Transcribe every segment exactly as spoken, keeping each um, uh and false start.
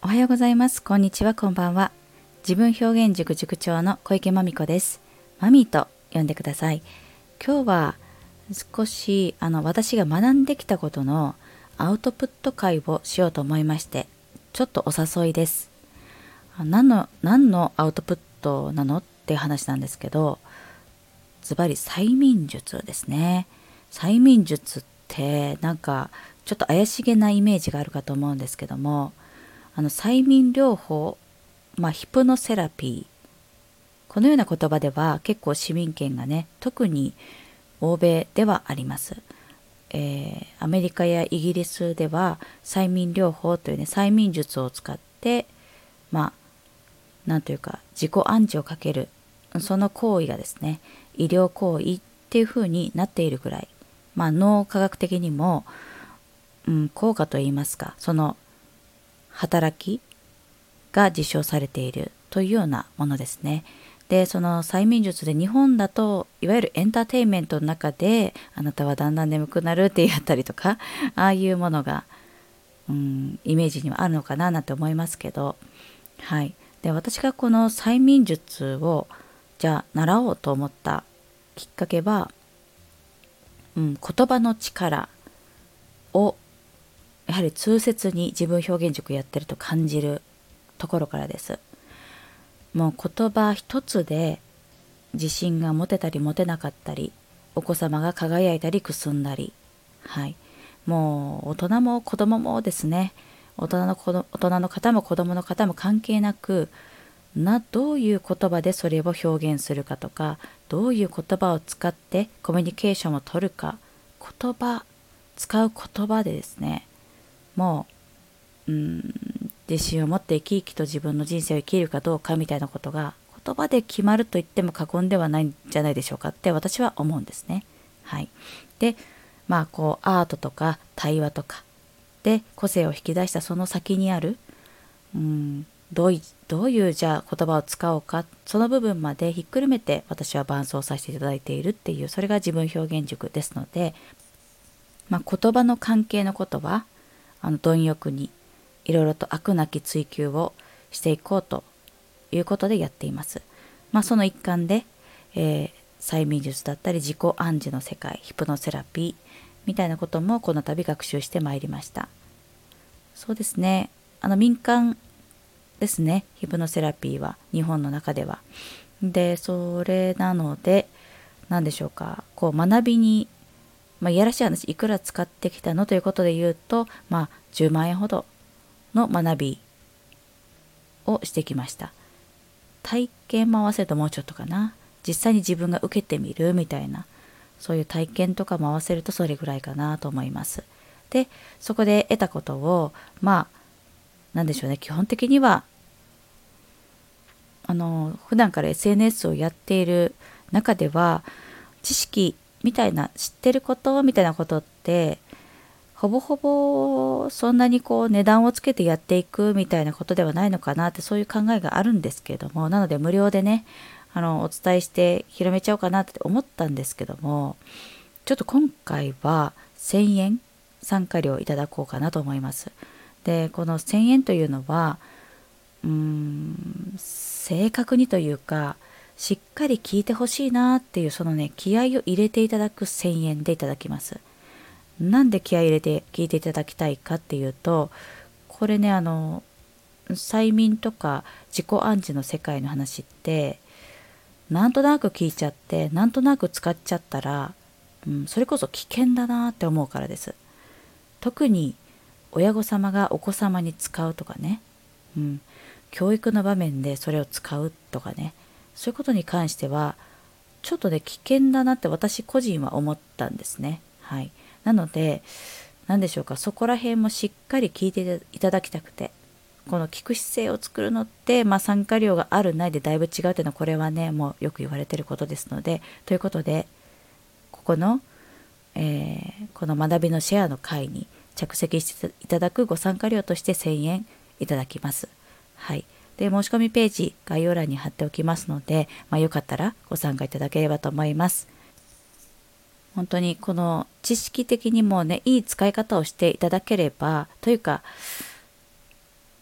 おはようございます。こんにちは、こんばんは。自分表現塾塾長の小池まみこです。マミーと呼んでください。今日は少しあの私が学んできたことのアウトプット会をしようと思いまして、ちょっとお誘いです。何の何のアウトプットなのっていう話なんですけど、ズバリ催眠術ですね。催眠術ってなんかちょっと怪しげなイメージがあるかと思うんですけども、あの催眠療法、まあ、ヒプノセラピー、このような言葉では結構市民権がね、特に欧米ではあります。えーアメリカやイギリスでは催眠療法というね、催眠術を使ってまあなんというか自己暗示をかける、その行為がですね、医療行為っていう風になっているぐらい、まあ脳科学的にも、うん、効果といいますか、その働きが実証されているというようなものですね。で、その催眠術で日本だといわゆるエンターテインメントの中であなたはだんだん眠くなるってやったりとか、ああいうものが、うん、イメージにはあるのかななんて思いますけど、はい。で、私がこの催眠術をじゃあ習おうと思ったきっかけは、うん、言葉の力をやはり痛切に自分表現塾やってると感じるところからです。もう言葉一つで自信が持てたり持てなかったり、お子様が輝いたりくすんだり、はい、もう大人も子供もですね、大人の子ど大人の方も子供の方も関係なく、などういう言葉でそれを表現するかとか、どういう言葉を使ってコミュニケーションを取るか、言葉使う言葉でですね、もう、うーん自信を持って生き生きと自分の人生を生きるかどうかみたいなことが言葉で決まると言っても過言ではないんじゃないでしょうかって私は思うんですね。はい。で、まあこうアートとか対話とかで個性を引き出したその先にある、うん、どういどういうじゃあ言葉を使おうか、その部分までひっくるめて私は伴走させていただいているっていう、それが自分表現塾ですので、まあ、言葉の関係のことはあの貪欲にいろいろと飽くなき追求をしていこうということでやっています。まあ、その一環で、えー催眠術だったり自己暗示の世界、ヒプノセラピーみたいなこともこの度学習してまいりました。そうですね、あの民間ですね、ヒプノセラピーは日本の中では。で、それなので何でしょうか、こう学びに、まあ、いやらしい話、いくら使ってきたのということで言うと、まあじゅうまんえんほどの学びをしてきました。体験も合わせるともうちょっとかな。実際に自分が受けてみるみたいな、そういう体験とかも合わせるとそれぐらいかなと思います。で、そこで得たことを、まあ、なんでしょうね、基本的には、あの、普段から エスエヌエス をやっている中では、知識みたいな、知ってることみたいなことって、ほぼほぼそんなにこう値段をつけてやっていくみたいなことではないのかなって、そういう考えがあるんですけれども、なので無料でね、あのお伝えして広めちゃおうかなって思ったんですけども、ちょっと今回はせんえん参加料いただこうかなと思います。で、このせんえんというのは、うーん正確にというか、しっかり聞いてほしいなっていう、そのね、気合を入れていただくせんえんでいただきます。なんで気合い入れて聞いていただきたいかっていうと、これね、あの催眠とか自己暗示の世界の話って、なんとなく聞いちゃってなんとなく使っちゃったら、うん、それこそ危険だなって思うからです。特に親御様がお子様に使うとかね、うん、教育の場面でそれを使うとかね、そういうことに関してはちょっとね、危険だなって私個人は思ったんですね。はい。なので、何でしょうか、そこら辺もしっかり聞いていただきたくて、この聞く姿勢を作るのって、まあ、参加料があるないでだいぶ違うというのは、これはね、もうよく言われていることですので、ということで、ここの、えーこの学びのシェアの会に着席していただくご参加料としてせんえんいただきます。はい。で、申し込みページ概要欄に貼っておきますので、まあ、よかったらご参加いただければと思います。本当にこの知識的にもね、いい使い方をしていただければ、というか、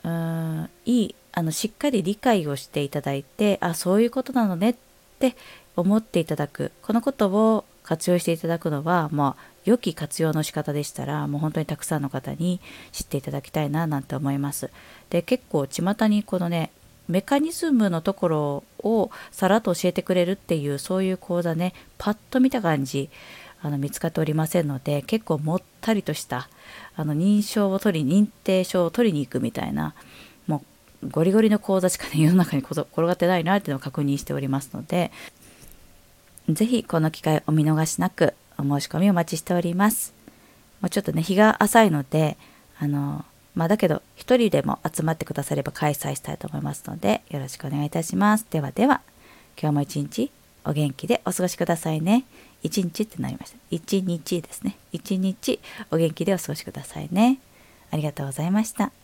うーんいいあのしっかり理解をしていただいて、あ、そういうことなのねって思っていただく、このことを活用していただくのは、まあ、良き活用の仕方でしたら、もう本当にたくさんの方に知っていただきたいななんて思います。で、結構巷にこのね、メカニズムのところをさらっと教えてくれるっていう、そういう講座ね、パッと見た感じ、あの見つかっておりませんので、結構もったりとしたあの認証を取り認定証を取りに行くみたいな、もうゴリゴリの講座しかね世の中に転がってないなっていうのを確認しておりますので、ぜひこの機会お見逃しなくお申し込みお待ちしております。もうちょっとね日が浅いので、あのまあだけど一人でも集まってくだされば開催したいと思いますので、よろしくお願いいたします。ではでは、今日も一日お元気でお過ごしくださいね。一日ってなりました。一日ですね。一日お元気でお過ごしくださいね。ありがとうございました。